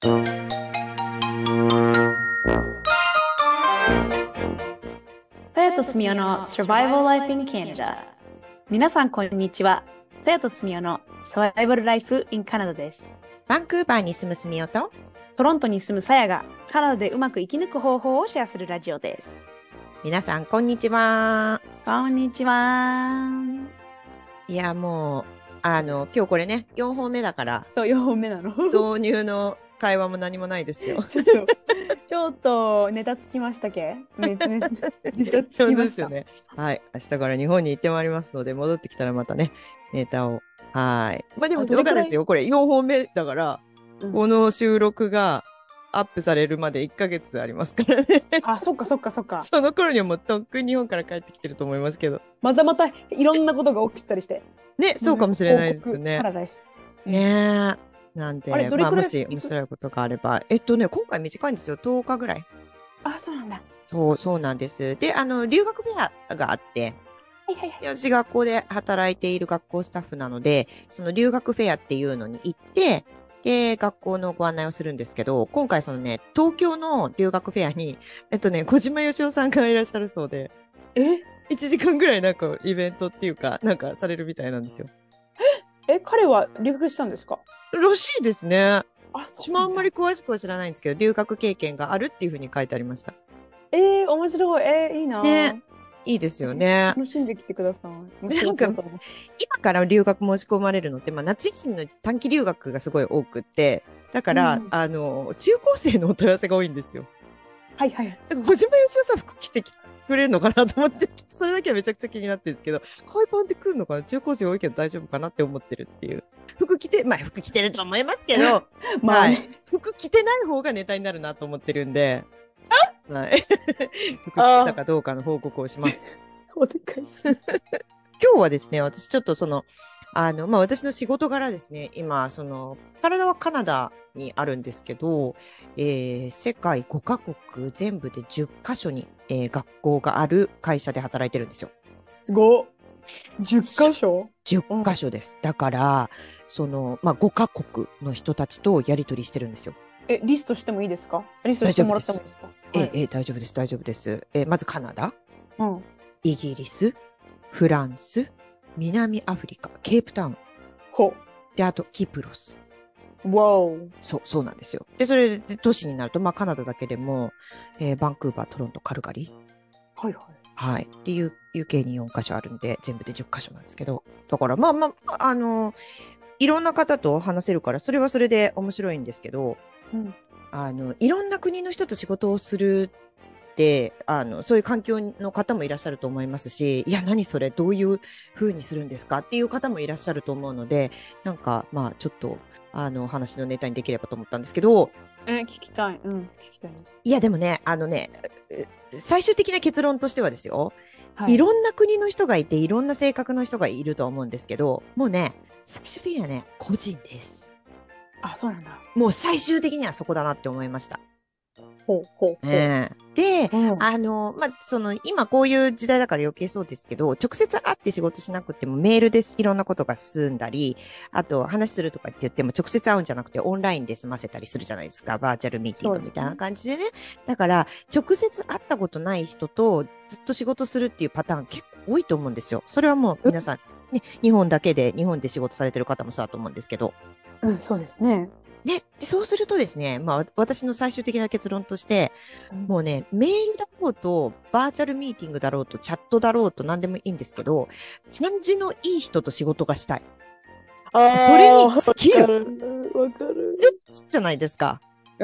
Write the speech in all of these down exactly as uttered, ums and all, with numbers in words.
さやとすみおの Survival Life in Canada。 皆さんこんにちは。さやとすみおの Survival Life in Canada です。 バンクーバーに住むすみおとトロントに住むさやがカナダでうまく生き抜く方法をシェアするラジオです。 皆さんこんにちは。 こんにちは。 いやもうあの今日これねよんほんめだからそうよんほんめなの導入の会話も何もないですよ。 ちょっとちょっとネタつきましたけネタつきました。 そうですよね。はい、明日から日本に行ってまいりますので、戻ってきたらまたねネタを。はい。まあでも分かんないですよ。これよんほんめだから、うん、この収録がアップされるまでいっかげつありますからね。 あ、そっかそっかそっか。 その頃にはもうとっくに日本から帰ってきてると思いますけど。 またまたいろんなことが起きたりして。 ね、そうかもしれないですよね。 パラダイス。 ねえ。なんで、まあ、もし面白いことがあれば、えっとね、今回短いんですよ。とおかぐらい。 あ、そうなんだ。 そう、そうなんです。で、あの、留学フェアがあって、はいはいはい、私学校で働いている学校スタッフなので、その留学フェアっていうのに行って、で、学校のご案内をするんですけど、今回そのね、東京の留学フェアに、えっとね、小島よしおさんがいらっしゃるそうで、 え ? いちじかんぐらいなんかイベントっていうか、なんかされるみたいなんですよ。 え、彼は留学したんですか？ らしいですね。あ、私もあんまりく詳しくは知らないんですけど、留学経験があるっていうふうに書いてありました。 えー、面白い。えー、いいな。 ね、いいですよね。 楽しんできてください。 なんか、今から留学申し込まれるのって、まあ、夏休みの短期留学がすごい多くって、だから、うん、あの、中高生のお問い合わせが多いんですよ。 はいはい。 だから小島よしおさん服着てきてくれるのかなと思って、それだけはめちゃくちゃ気になってるんですけど、海パンって来るのかな、中高生多いけど大丈夫かなって思ってるっていう。服着て、まあ服着てると思いますけど、まあ、はい、服着てない方がネタになるなと思ってるんで、はい、服着たかどうかの報告をします。 お願いします。 今日はですね、私ちょっとその、あの、まあ、私の仕事柄ですね、今、その、体はカナダにあるんですけど、えー、世界ごカ国全部でじゅっかしょに、えー、学校がある会社で働いてるんですよ。 すごっ。じゅっかしょ ? じゅっかしょです。だから、その、まあ、ごカ国の人たちとやり取りしてるんですよ。 え、リストしてもいいですか？リストしてもらってもいいですか？ えー、えー、大丈夫です、大丈夫です。えー、まずカナダ、 うん、 イギリス、フランス、南アフリカ、ケープタウン。 ほで、あと、キプロス。 わお。 そう、そうなんですよ。で、それで都市になると、まあ、カナダだけでも、えー、バンクーバー、トロント、カルガリー。 はいはい。 はい。っていう、ユーケー によんかしょあるんで、全部でじゅっかしょなんですけど。だから、まあまあ、あの、いろんな方と話せるから、それはそれで面白いんですけど、 うん、 あの、いろんな国の人と仕事をするで、あの、そういう環境の方もいらっしゃると思いますし、いや、何それ、どういう風にするんですかっていう方もいらっしゃると思うので、なんか、まあ、ちょっと、あの、話のネタにできればと思ったんですけど、 え、聞きたい。うん、聞きたい。 いや、でもね、あのね、最終的な結論としてはですよ、はい、いいろんな国の人がいて、いろんな性格の人がいると思うんですけど、もうね、最終的にはね、個人です。 あ、そうなんだ。 もう最終的にはそこだなって思いました。 ほうほうほう。 えー、で、 うん、 あの、まあ、その、今こういう時代だから余計そうですけど、直接会って仕事しなくてもメールでいろんなことが済んだり、あと話するとかって言っても直接会うんじゃなくてオンラインで済ませたりするじゃないですか。バーチャルミーティングみたいな感じでね。だから、直接会ったことない人とずっと仕事するっていうパターン結構多いと思うんですよ。それはもう皆さん、ね、日本だけで、日本で仕事されてる方もそうだと思うんですけど。 うん、そうですね。 で、そうするとですね、まあ私の最終的な結論として、うん、もうね、メールだろうと、バーチャルミーティングだろうと、チャットだろうと何でもいいんですけど、感じのいい人と仕事がしたい。 あそれに尽きる。 わかる。 絶対じゃないですか。 うん。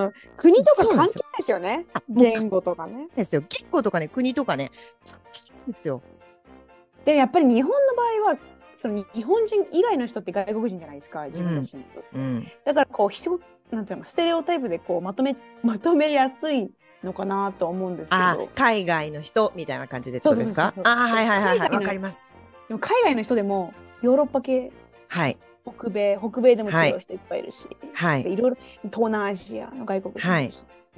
国とか関係ないですよね。言語とかね。 ですよ。言語とかね、国とかね、ですよ。 で、やっぱり日本の場合は、その日本人以外の人って外国人じゃないですか、自分たちの人って、うん、だからこう人なんていうのステレオタイプでこうまとめまとめやすいのかなと思うんですけど、 あ、海外の人みたいな感じでってことですか？あ、はいはいはいはい、わかります。 でも海外の人でもヨーロッパ系、 はい、 北米北米でも違う人いっぱいいるし、 はい、 いろいろ東南アジアの外国人もいるし、はい、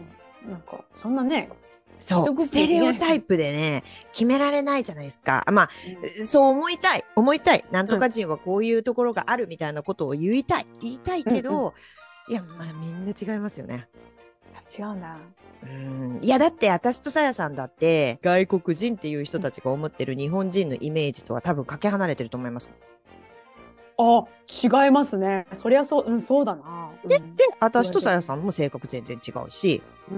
なんかそんなね。 そう。ステレオタイプでね、決められないじゃないですか。まあ、うん、そう思いたい。思いたい。なんとか人はこういうところがあるみたいなことを言いたい。言いたいけど、うんうん、 いや、まあみんな違いますよね。 違うんだ。 うん。いや、だって私とさやさんだって、外国人っていう人たちが思ってる日本人のイメージとは多分かけ離れてると思います。 あ、違いますね。そりゃそう、うん、そうだな。うん、 で、で、私とさやさんも性格全然違うし、 うん、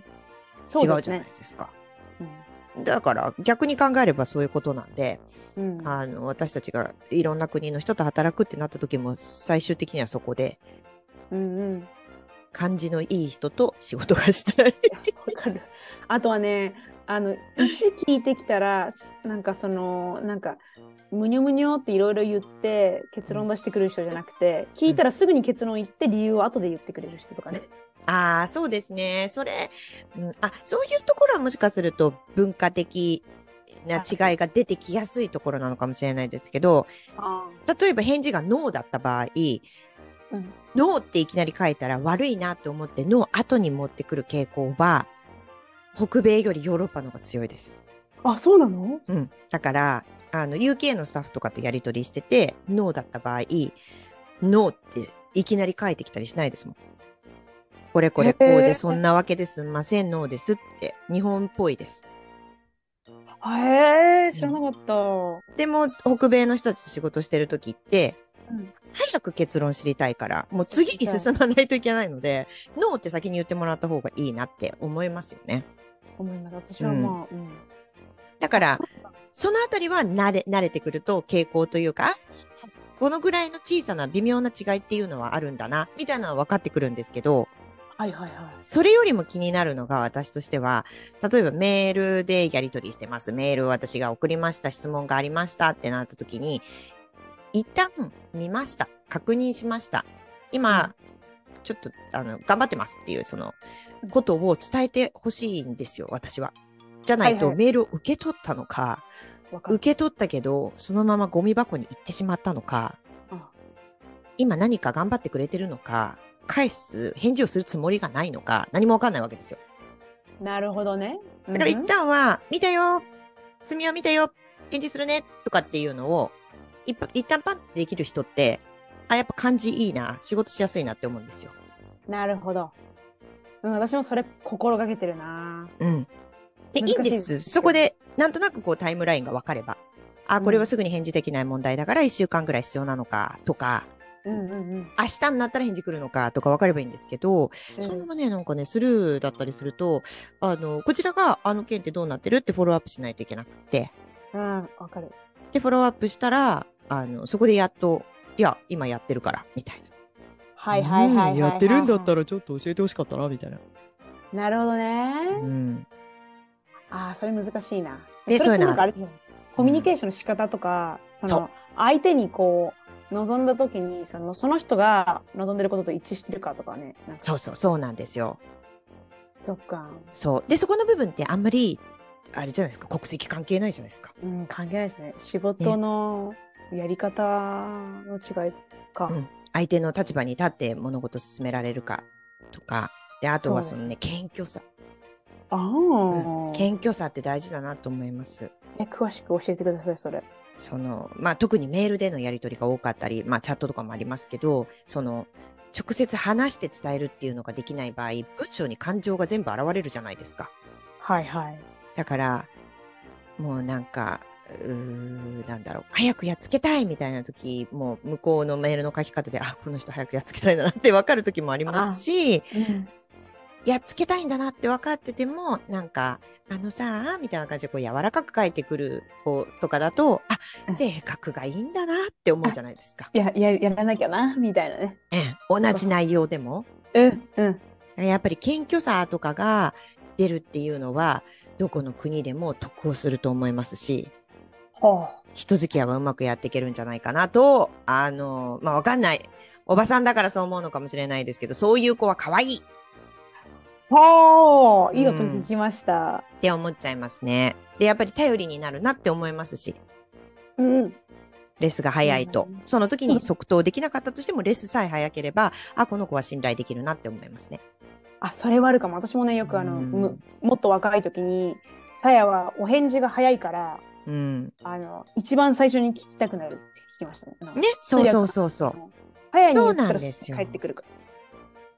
そ違うじゃないですか。うん、だから逆に考えればそういうことなんで、うん、あの、私たちがいろんな国の人と働くってなった時も最終的にはそこで、うんうん、感じのいい人と仕事がしたい。 わかる。あとはね、あの、一聞いてきたら、なんかその、なんか、むにょむにょっていろいろ言って結論出してくる人じゃなくて、うん、聞いたらすぐに結論言って理由を後で言ってくれる人とかね。 ああ、そうですね。それ、うん、あ、そういうところはもしかすると文化的な違いが出てきやすいところなのかもしれないですけど、例えば返事がノーだった場合、うん、ノーっていきなり書いたら悪いなと思ってノー後に持ってくる傾向は、北米よりヨーロッパの方が強いです。 あ、そうなの？ うん。だから、あの、ユーケー のスタッフとかとやり取りしてて、ノーだった場合、ノーっていきなり書いてきたりしないですもん。これこれこうで、そんなわけですんません、ノーですって、日本っぽいです。 へえ、知らなかった、うん。 でも、北米の人たちと仕事してるときって、うん、早く結論知りたいから、もう次に進まないといけないので、ノーって先に言ってもらった方がいいなって思いますよね。 思います。私はまあ、うん。うん、 だから、そのあたりは慣れ、慣れてくると傾向というか、このぐらいの小さな微妙な違いっていうのはあるんだな、みたいなのは分かってくるんですけど、 はいはいはい。 それよりも気になるのが私としては、例えばメールでやり取りしてます。メールを私が送りました、質問がありましたってなった時に、一旦見ました。確認しました。今、うん、ちょっと、あの、頑張ってますっていう、その、ことを伝えてほしいんですよ、私は。じゃないと、メールを受け取ったのか、はいはい、受け取ったけど、そのままゴミ箱に行ってしまったのか、うん、今何か頑張ってくれてるのか、返す、返事をするつもりがないのか、何もわかんないわけですよ。 なるほどね。 だから一旦は、見たよ、罪は見たよ、返事するね、とかっていうのを、一旦パンってできる人って、あ、やっぱ感じいいな、仕事しやすいなって思うんですよ。 なるほど。うん、私もそれ心がけてるな。 うん。で、いいんです。そこで、なんとなくこうタイムラインが分かれば、あ、これはすぐに返事できない問題だからいっしゅうかんぐらい必要なのか、とか、うんうんうん、明日になったら返事来るのかとか分かればいいんですけど、うん、そのままね、なんかね、スルーだったりすると、あの、こちらがあの件ってどうなってるってフォローアップしないといけなくて。 うん、わかる。 で、フォローアップしたら、あの、そこでやっと、いや、今やってるから、みたいな。 はいはいはいはい、はい、 やってるんだったらちょっと教えてほしかったな、みたいな。 なるほどね。 うん。 ああ、それ難しいな。 で、 それってなんかあれですよ。コミュニケーションの仕方とか、うん、その、相手にこう、望んだ時にその、その人が望んでることと一致してるかとかね。 なんかそうそう、そうなんですよ。 そっか。 そう。で、そこの部分ってあんまり、あれじゃないですか、国籍関係ないじゃないですか。 うん、関係ないですね。仕事のやり方の違いか。 ね、うん。相手の立場に立って物事進められるかとか。で、あとはそのね、謙虚さ。 ああ、 うん。謙虚さって大事だなと思います。 え、詳しく教えてください、それ。 その、まあ、特にメールでのやり取りが多かったり、まあ、チャットとかもありますけど、その、直接話して伝えるっていうのができない場合、文章に感情が全部現れるじゃないですか。 はいはい。 だから、もうなんか、うーなんだろう、早くやっつけたいみたいな時、もう向こうのメールの書き方で、あ、この人早くやっつけたいんだなって分かる時もありますし、うん、やっつけたいんだなって分かってても、なんか、あのさ、みたいな感じでこう柔らかく書いてくる子とかだと、あ、性格がいいんだなって思うじゃないですか。 いや、や、やらなきゃな、みたいなね。 うん、同じ内容でも。 うん、うん。 やっぱり謙虚さとかが出るっていうのは、どこの国でも得をすると思いますし、はあ、人付き合いはうまくやっていけるんじゃないかなと、あの、まあ、わかんない。おばさんだからそう思うのかもしれないですけど、そういう子は可愛い。 はあ、いいこと聞きました、うん。 って思っちゃいますね。で、やっぱり頼りになるなって思いますし。 うん。 レスが早いと。うん、その時に即答できなかったとしても、レスさえ早ければ、あ、この子は信頼できるなって思いますね。 あ、それはあるかも。私もね、よくあの、むもっと若い時に、さやはお返事が早いから、うん、あの、一番最初に聞きたくなるって聞きましたね。 ね、そうそうそうそう。 さやに言ったら帰ってくるから。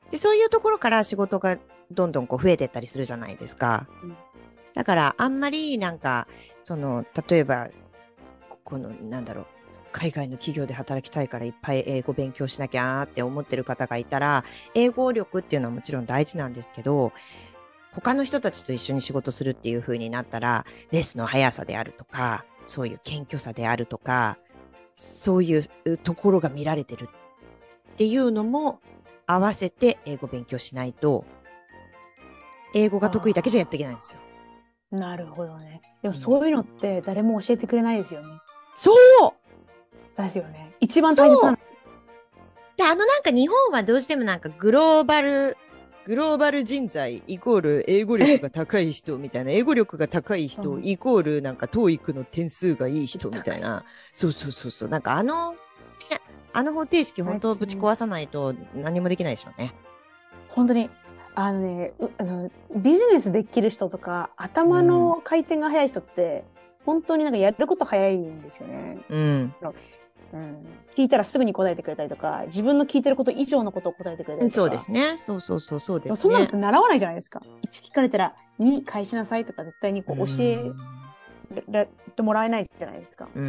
で、そういうところから仕事がどんどんこう増えてったりするじゃないですか。 うん、 だから、あんまりなんか、その、例えば、この、なんだろう、海外の企業で働きたいからいっぱい英語勉強しなきゃーって思ってる方がいたら、英語力っていうのはもちろん大事なんですけど、他の人たちと一緒に仕事するっていう風になったら、レースの速さであるとか、そういう謙虚さであるとか、そういうところが見られてるっていうのも合わせて英語勉強しないと、英語が得意だけじゃやっていけないんですよ。 なるほどね。でもそういうのって誰も教えてくれないですよね。 そうですよね。一番大切なの。 で、あのなんか日本はどうしてもなんかグローバル、グローバル人材イコール英語力が高い人みたいな、英語力が高い人イコールなんか トーイック の点数がいい人みたいな。そうそうそうそう。なんかあの、あの方程式本当ぶち壊さないと何もできないでしょうね。 本当に。あのね、あのビジネスできる人とか頭の回転が速い人って、うん、本当になんかやること早いんですよね。 うん、 うん、聞いたらすぐに答えてくれたりとか、自分の聞いてること以上のことを答えてくれたりとか。 そうですね。そうそうそうそうですね。 そんなのって習わないじゃないですか。いち聞かれたらに返しなさいとか絶対にこう教えてもらえないじゃないですか。 うん、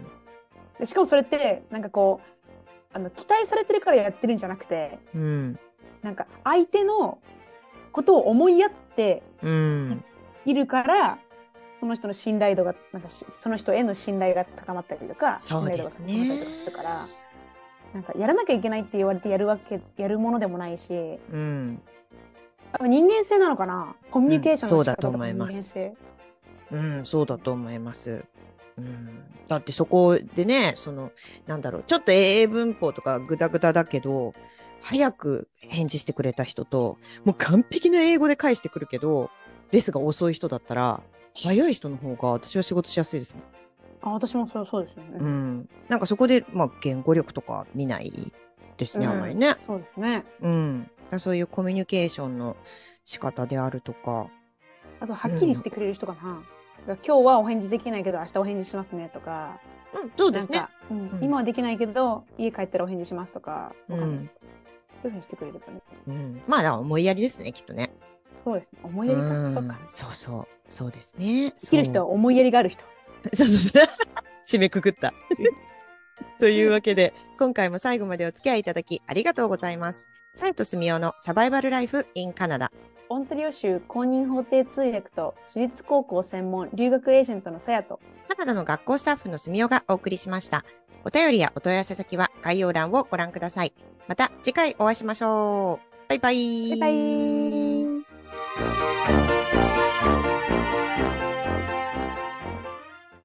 でしかもそれってなんかこうあの期待されてるからやってるんじゃなくて、 うん、 なんか相手のことを思いやっているから、うん、その人の信頼度がなんかその人への信頼が高まったりとか、 そうですね、 信頼度が高まったりとかするから、なんかやらなきゃいけないって言われてやるわけやるものでもないし、うん、人間性なのかな、コミュニケーションの仕方とか人間性、 うん、そうだと思います。うん、そうだと思います。うん、だってそこでね、そのなんだろう、ちょっと英文法とかグダグダだけど早く返事してくれた人と、もう完璧な英語で返してくるけどレスが遅い人だったら、早い人の方が私は仕事しやすいですもん。 あ、私もそう、そうですよね。 うん。なんかそこで、まあ、言語力とか見ないですね、うん、あんまりね。 そうですね。 うん。だそういうコミュニケーションの仕方であるとか。 あと、はっきり言ってくれる人かな。うん、今日はお返事できないけど、明日お返事しますねとか。 うん、そうですね。 うん、今はできないけど、家帰ったらお返事しますとか。うん。そういうふうにしてくれるかね。 うん。まあ、思いやりですね、きっとね。 そうですね。思いやりか。 うん、 そうか。 そうそう。そうですね。 生きる人は思いやりがある人。 そうそうそう。締めくくった。というわけで、今回も最後までお付き合いいただきありがとうございます。さやとすみおのサバイバルライフ in カナダ。 オンタリオ州公認法廷通訳と私立高校専門留学エージェントのさやと、 カナダの学校スタッフのすみおがお送りしました。お便りやお問い合わせ先は概要欄をご覧ください。また次回お会いしましょう。バイバイ。 バイバイ。